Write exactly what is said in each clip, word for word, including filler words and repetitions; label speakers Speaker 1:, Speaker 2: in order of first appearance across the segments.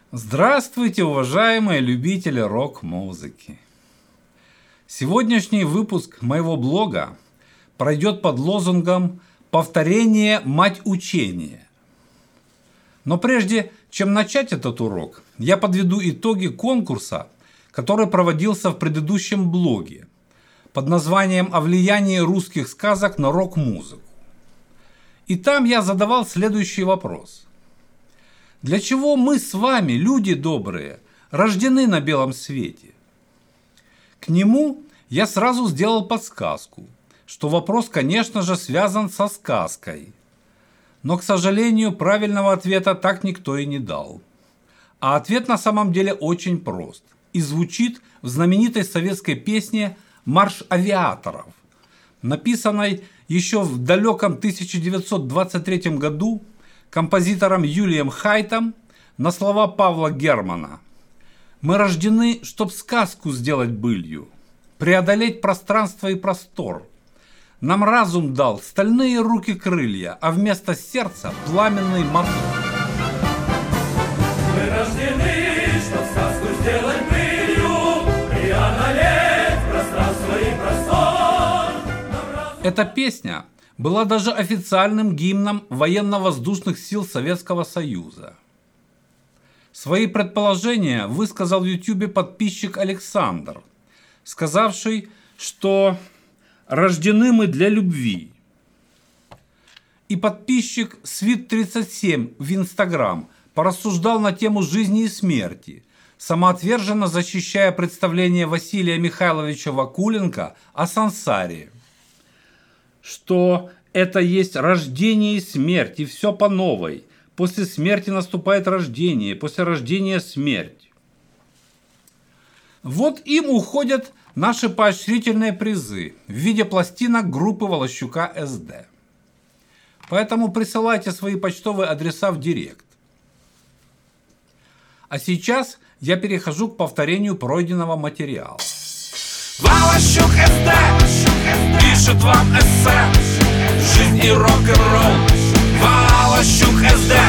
Speaker 1: Здравствуйте, уважаемые любители рок-музыки! Сегодняшний выпуск моего блога пройдет под лозунгом «Повторение – мать учения». Но прежде чем начать этот урок, я подведу итоги конкурса, который проводился в предыдущем блоге под названием «О влиянии русских сказок на рок-музыку». И там я задавал следующий вопрос. Для чего мы с вами, люди добрые, рождены на белом свете? К нему я сразу сделал подсказку, что вопрос, конечно же, связан со сказкой. Но, к сожалению, правильного ответа так никто и не дал. А ответ на самом деле очень прост и звучит в знаменитой советской песне «Марш авиаторов», написанной еще в далеком тысяча девятьсот двадцать третьем году композитором Юлием Хайтом на слова Павла Германа. «Мы рождены, чтоб сказку сделать былью, преодолеть пространство и простор. Нам разум дал стальные руки крылья, а вместо сердца пламенный мотор».
Speaker 2: Мы рождены, чтоб сказку сделать былью, преодолеть пространство и простор.
Speaker 1: Эта песня была даже официальным гимном военно-воздушных сил Советского Союза. Свои предположения высказал в ютубе подписчик Александр, сказавший, что рождены мы для любви. И подписчик Свит тридцать семь в Инстаграм порассуждал на тему жизни и смерти, самоотверженно защищая представление Василия Михайловича Вакуленко о сансаре, что это есть рождение и смерть, и все по новой. После смерти наступает рождение, после рождения смерть. Вот им уходят наши поощрительные призы в виде пластинок группы Волощука эс дэ. Поэтому присылайте свои почтовые адреса в директ. А сейчас я перехожу к повторению пройденного материала.
Speaker 2: Волощук эс дэ пишет вам эссе «Жизнь и рок-н-ролл». Волощук эс дэ.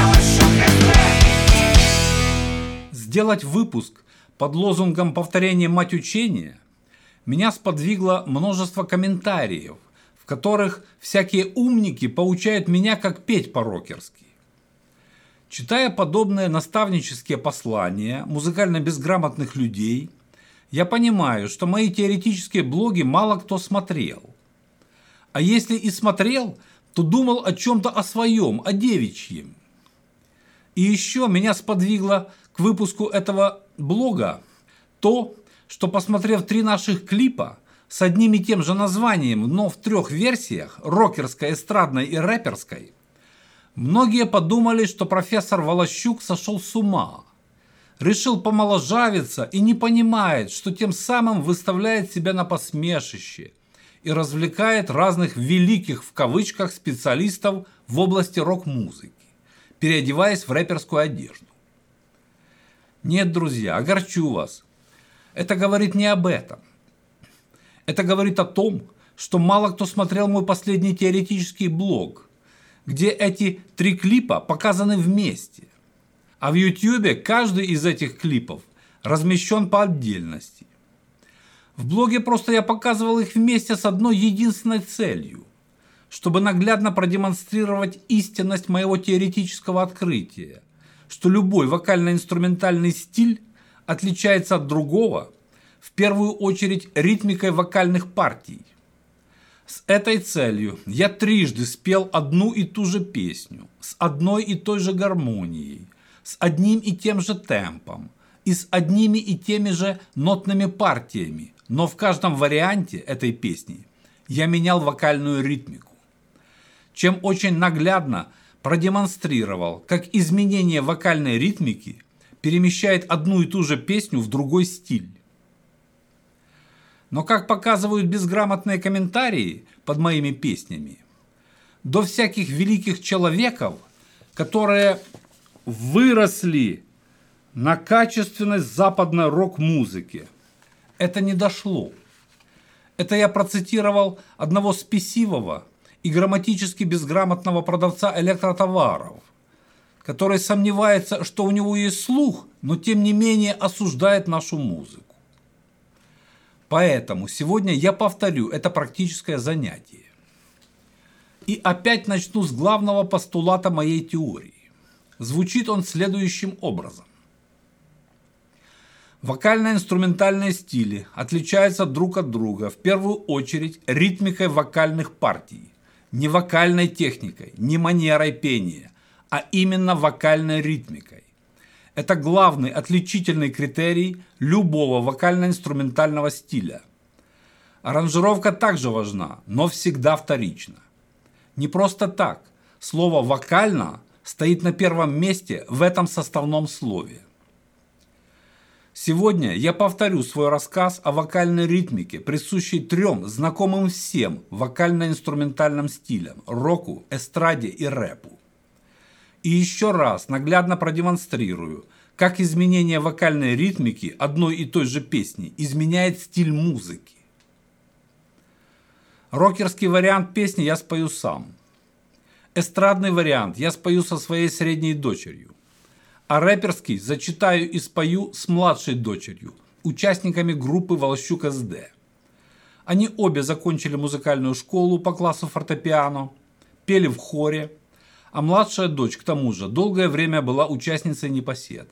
Speaker 1: Сделать выпуск под лозунгом «Повторение – мать учения» меня сподвигло множество комментариев, в которых всякие умники поучают меня, как петь по-рокерски. Читая подобные наставнические послания музыкально безграмотных людей, я понимаю, что мои теоретические блоги мало кто смотрел. А если и смотрел, то думал о чем-то о своем, о девичьем. И еще меня сподвигло к выпуску этого блога то, что, посмотрев три наших клипа с одним и тем же названием, но в трех версиях, рокерской, эстрадной и рэперской, многие подумали, что профессор Волощук сошел с ума. Решил помоложавиться и не понимает, что тем самым выставляет себя на посмешище и развлекает разных «великих» в кавычках специалистов в области рок-музыки, переодеваясь в рэперскую одежду. Нет, друзья, огорчу вас. Это говорит не об этом. Это говорит о том, что мало кто смотрел мой последний теоретический блог, где эти три клипа показаны вместе. А в ютубе каждый из этих клипов размещен по отдельности. В блоге просто я показывал их вместе с одной единственной целью, чтобы наглядно продемонстрировать истинность моего теоретического открытия, что любой вокально-инструментальный стиль отличается от другого, в первую очередь ритмикой вокальных партий. С этой целью я трижды спел одну и ту же песню, с одной и той же гармонией, с одним и тем же темпом и с одними и теми же нотными партиями, но в каждом варианте этой песни я менял вокальную ритмику, чем очень наглядно продемонстрировал, как изменение вокальной ритмики перемещает одну и ту же песню в другой стиль. Но, как показывают безграмотные комментарии под моими песнями, до всяких великих человеков, которые выросли на качественность западной рок-музыки, это не дошло. Это я процитировал одного спесивого и грамматически безграмотного продавца электротоваров, который сомневается, что у него есть слух, но тем не менее осуждает нашу музыку. Поэтому сегодня я повторю это практическое занятие. И опять начну с главного постулата моей теории. Звучит он следующим образом. Вокально-инструментальные стили отличаются друг от друга в первую очередь ритмикой вокальных партий, не вокальной техникой, не манерой пения, а именно вокальной ритмикой. Это главный отличительный критерий любого вокально-инструментального стиля. Аранжировка также важна, но всегда вторична. Не просто так. Слово «вокально» стоит на первом месте в этом составном слове. Сегодня я повторю свой рассказ о вокальной ритмике, присущей трем знакомым всем вокально-инструментальным стилям – року, эстраде и рэпу. И еще раз наглядно продемонстрирую, как изменение вокальной ритмики одной и той же песни изменяет стиль музыки. Рокерский вариант песни я спою сам. Эстрадный вариант я спою со своей средней дочерью. А рэперский зачитаю и спою с младшей дочерью, участниками группы «Волощук эс дэ». Они обе закончили музыкальную школу по классу фортепиано, пели в хоре, а младшая дочь, к тому же, долгое время была участницей «Непосед».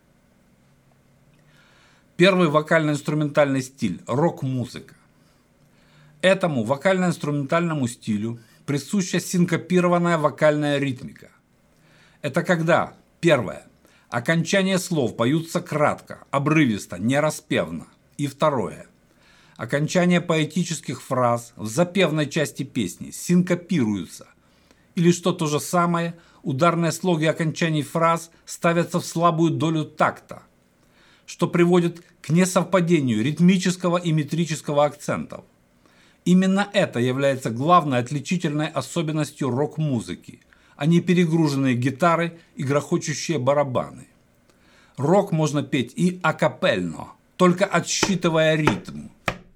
Speaker 1: Первый вокально-инструментальный стиль – рок-музыка. Этому вокально-инструментальному стилю присуща синкопированная вокальная ритмика. Это когда, первое, окончания слов поются кратко, обрывисто, нераспевно. И второе, окончания поэтических фраз в запевной части песни синкопируются. Или что то же самое, ударные слоги окончаний фраз ставятся в слабую долю такта, что приводит к несовпадению ритмического и метрического акцентов. Именно это является главной отличительной особенностью рок-музыки, а не перегруженные гитары и грохочущие барабаны. Рок можно петь и акапельно, только отсчитывая ритм.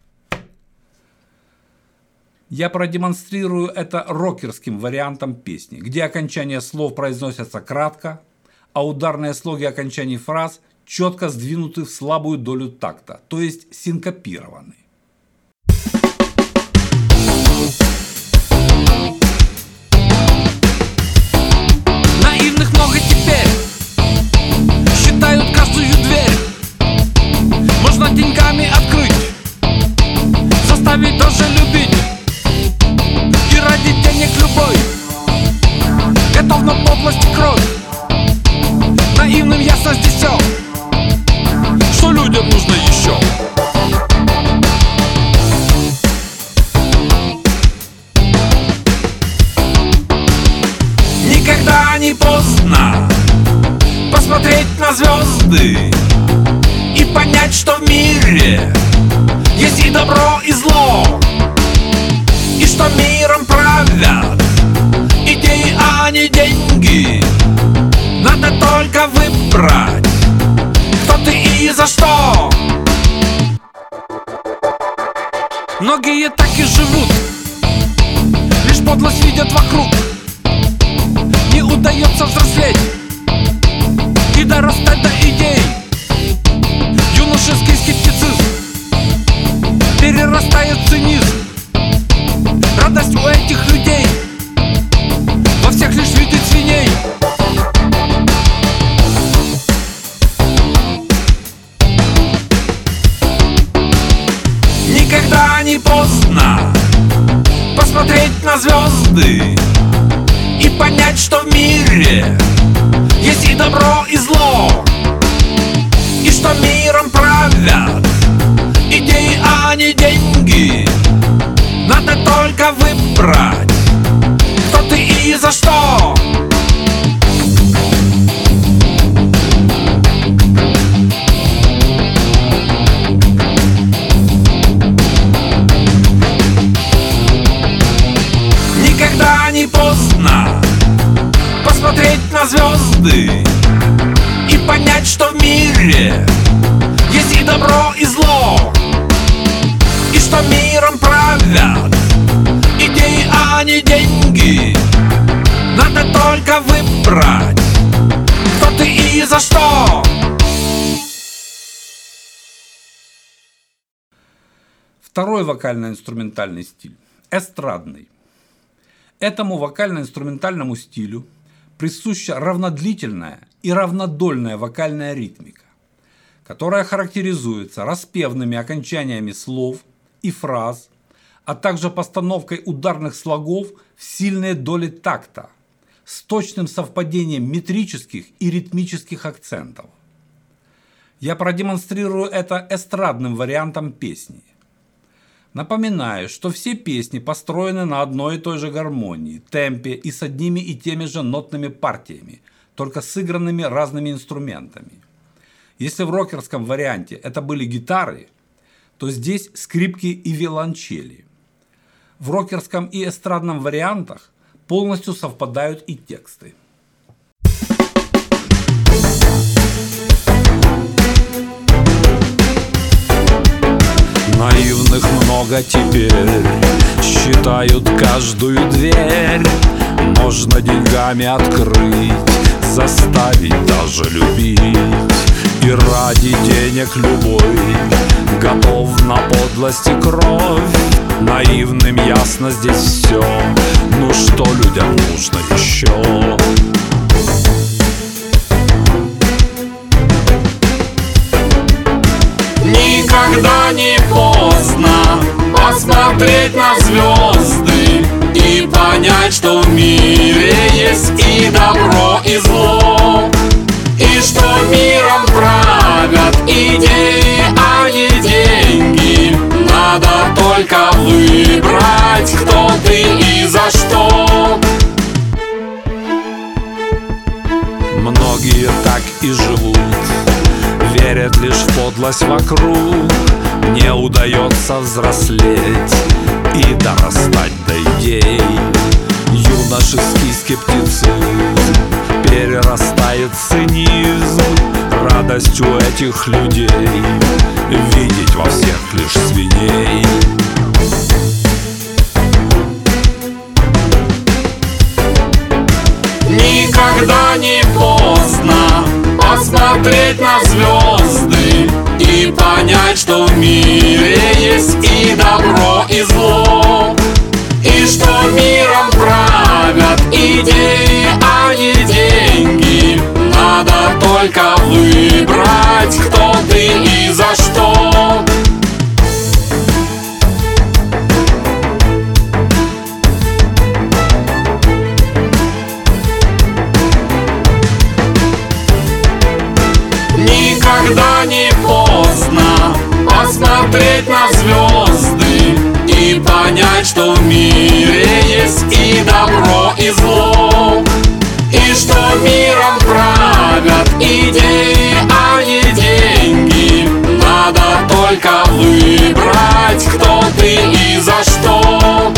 Speaker 1: Я продемонстрирую это рокерским вариантом песни, где окончания слов произносятся кратко, а ударные слоги окончаний фраз четко сдвинуты в слабую долю такта, то есть синкопированы.
Speaker 2: Наивных много теперь, считают каждую дверь можно деньгами открыть, заставить даже любить. И ради денег любой готов на подлость и кровь. Наивным ясно здесь все, что людям нужно еще. Никогда не поздно посмотреть на звезды и понять, что в мире есть и добро, и зло, и что миром правят идеи, а не деньги. Надо только выбрать, кто ты и за что. Многие так и живут, лишь подлость видят вокруг. Не удается взрослеть и дорастать до идей. Юношеский скептицизм перерастает в цинизм. Радость у этих людей во всех лишь видит свиней. Никогда не поздно посмотреть на звезды и понять, что в мире есть и добро, и зло, и что миром правят идеи, а не деньги. Надо только выбрать, кто ты и за что. Никогда не поздно посмотреть на звезды и понять, что в мире есть и добро, и зло, и что миром правят идеи, а не деньги. Надо только выбрать,
Speaker 1: Второй вокально-инструментальный стиль – эстрадный. Этому вокально-инструментальному стилю присуща равнодлительная и равнодольная вокальная ритмика, которая характеризуется распевными окончаниями слов и фраз, а также постановкой ударных слогов в сильные доли такта с точным совпадением метрических и ритмических акцентов. Я продемонстрирую это эстрадным вариантом песни. Напоминаю, что все песни построены на одной и той же гармонии, темпе и с одними и теми же нотными партиями, только сыгранными разными инструментами. Если в рокерском варианте это были гитары, то здесь скрипки и виолончели. В рокерском и эстрадном вариантах полностью совпадают и тексты.
Speaker 2: Наивных много теперь, считают каждую дверь. Можно деньгами открыть, заставить даже любить. И ради денег любой готов на подлость и кровь. Наивным ясно здесь все, ну что людям нужно еще? Никогда не поздно посмотреть на звезды и понять, что в мире есть и добро, и зло, и что миром правят идеи, а не деньги. Надо только выбрать, кто ты и за что. Многие так и живут, верят лишь в подлость вокруг. Не удается взрослеть и дорастать до идей. Юношеский скептицизм перерастает в цинизм. Радость у этих людей видеть во всех лишь свиней. Никогда не поздно посмотреть на звезды и понять, что в мире есть и добро, и зло, и что миром правят идеи, а не деньги. Надо только выбрать, кто ты и за что. Никогда не поздно посмотреть на звезды и понять, что в мире есть и добро, и зло, и что миром правят идеи, а не деньги. Надо только выбрать, кто ты и за что.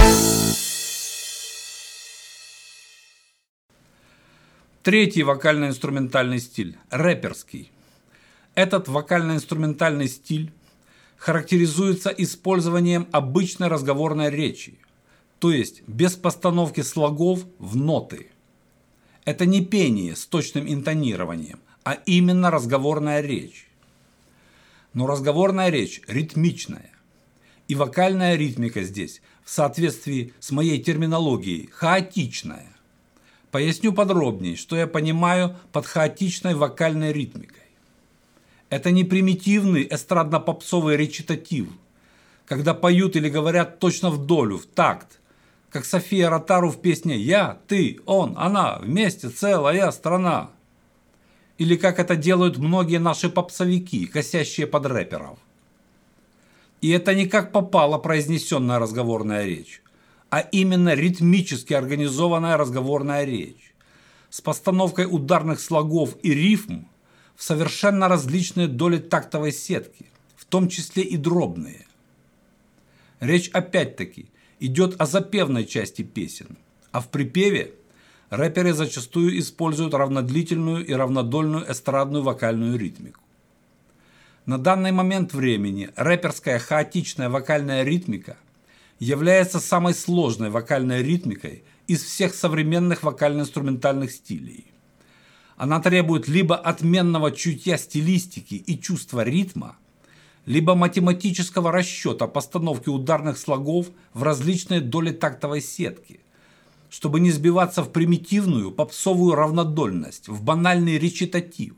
Speaker 1: Третий вокально-инструментальный стиль – рэперский. Этот вокально-инструментальный стиль характеризуется использованием обычной разговорной речи, то есть без постановки слогов в ноты. Это не пение с точным интонированием, а именно разговорная речь. Но разговорная речь ритмичная, и вокальная ритмика здесь, в соответствии с моей терминологией, хаотичная. Поясню подробнее, что я понимаю под хаотичной вокальной ритмикой. Это не примитивный эстрадно-попсовый речитатив, когда поют или говорят точно в долю, в такт, как София Ротару в песне «Я, ты, он, она, вместе целая страна». Или как это делают многие наши попсовики, косящие под рэперов. И это не как попало произнесенная разговорная речь, а именно ритмически организованная разговорная речь с постановкой ударных слогов и рифм в совершенно различные доли тактовой сетки, в том числе и дробные. Речь опять-таки идет о запевной части песен, а в припеве рэперы зачастую используют равнодлительную и равнодольную эстрадную вокальную ритмику. На данный момент времени рэперская хаотичная вокальная ритмика является самой сложной вокальной ритмикой из всех современных вокально-инструментальных стилей. Она требует либо отменного чутья стилистики и чувства ритма, либо математического расчета постановки ударных слогов в различные доли тактовой сетки, чтобы не сбиваться в примитивную попсовую равнодольность, в банальный речитатив.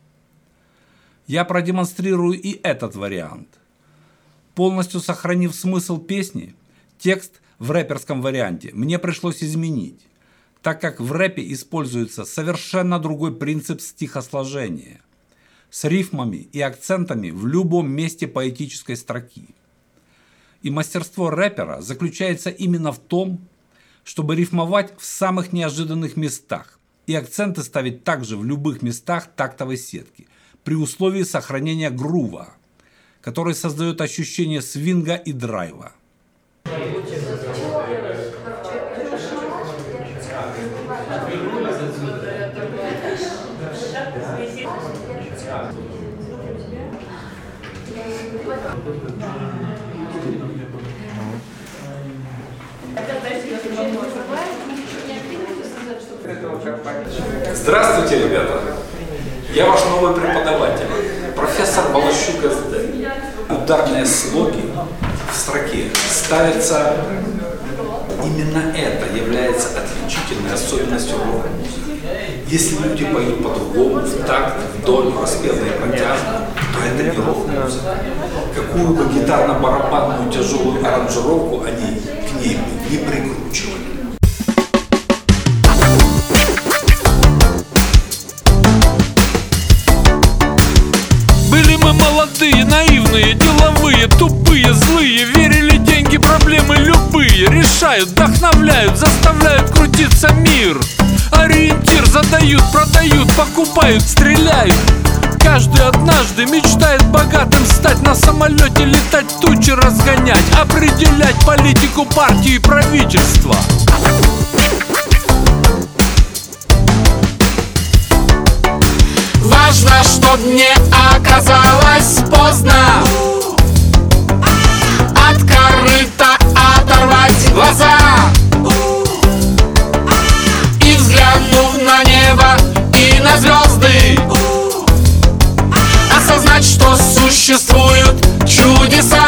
Speaker 1: Я продемонстрирую и этот вариант. Полностью сохранив смысл песни, текст в рэперском варианте мне пришлось изменить, так как в рэпе используется совершенно другой принцип стихосложения, с рифмами и акцентами в любом месте поэтической строки. И мастерство рэпера заключается именно в том, чтобы рифмовать в самых неожиданных местах и акценты ставить также в любых местах тактовой сетки, при условии сохранения грува, который создает ощущение свинга и драйва.
Speaker 3: Здравствуйте, ребята! Я ваш новый преподаватель, профессор Балащук эс дэ. Ударные слоги в строке ставятся. Именно это является отличительной особенностью рок-музыки. Если люди поют по-другому, в такт, вдоль, распевно и протяжно, то это не рок-музыка. Какую бы гитарно-барабанную тяжелую аранжировку они к ней не прикручивали.
Speaker 2: Были мы молодые, наивные, деловые, тупые, злые. Верили, деньги, проблемы любые решают, вдохновляют, заставляют крутиться мир. Ориентир задают, продают, покупают, стреляют. Каждый однажды мечтает богатым стать, на самолете летать, тучи разгонять, определять политику партии и правительства.
Speaker 4: Важно, чтоб не оказалось поздно от корыта оторвать глаза и, взглянув на небо и на звезды, осознать, что существуют чудеса.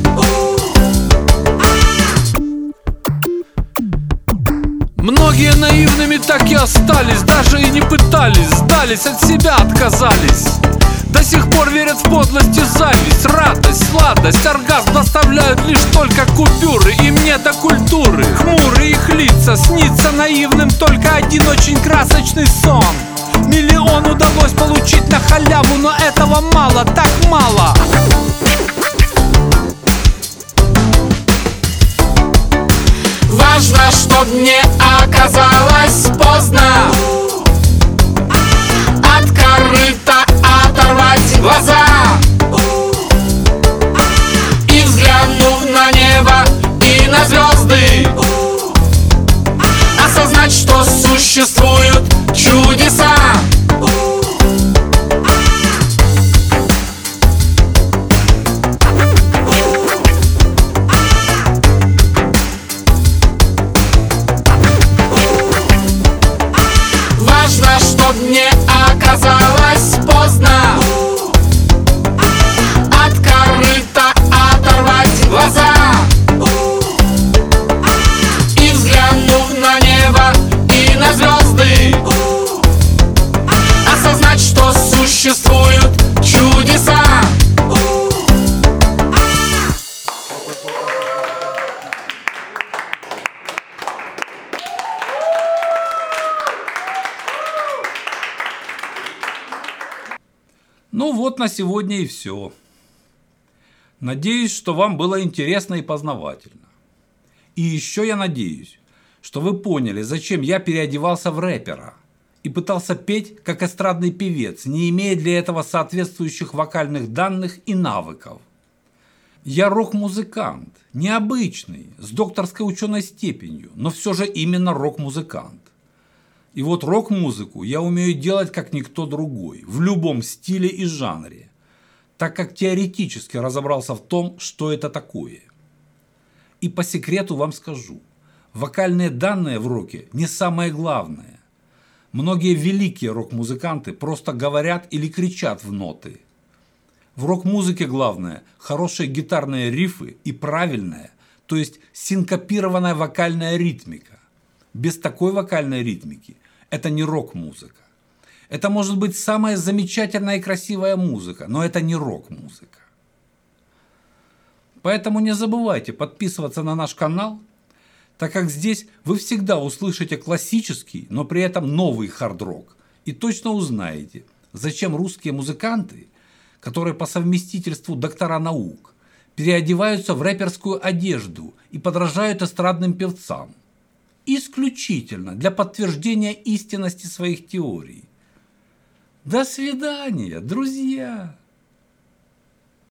Speaker 2: Многие наивными так и остались, даже и не пытались, сдались, от себя отказались. До сих пор верят в подлость и зависть, радость, сладость, оргазм доставляют лишь только купюры. Им не до культуры, хмурые их лица, снится наивным только один очень красочный сон. Миллион удалось получить на халяву, но этого мало, так мало.
Speaker 4: Важно, чтоб не оказалось поздно от корыта оторвать глаза и, взглянув на небо и на звезды, осознать, что существуют чудеса. Важно, чтоб не оказалось поздно от корыта оторвать глаза и, взглянув на небо и на звезды, осознать, что существуют чудеса.
Speaker 1: Ну вот на сегодня и все. Надеюсь, что вам было интересно и познавательно. И еще я надеюсь, что вы поняли, зачем я переодевался в рэпера и пытался петь как эстрадный певец, не имея для этого соответствующих вокальных данных и навыков. Я рок-музыкант, необычный, с докторской ученой степенью, но все же именно рок-музыкант. И вот рок-музыку я умею делать как никто другой, в любом стиле и жанре, так как теоретически разобрался в том, что это такое. И по секрету вам скажу, вокальные данные в роке не самое главное. Многие великие рок-музыканты просто говорят или кричат в ноты. В рок-музыке главное – хорошие гитарные рифы и правильная, то есть синкопированная вокальная ритмика. Без такой вокальной ритмики это не рок-музыка. Это может быть самая замечательная и красивая музыка, но это не рок-музыка. Поэтому не забывайте подписываться на наш канал, так как здесь вы всегда услышите классический, но при этом новый хард-рок и точно узнаете, зачем русские музыканты, которые по совместительству доктора наук, переодеваются в рэперскую одежду и подражают эстрадным певцам. Исключительно для подтверждения истинности своих теорий. До свидания, друзья!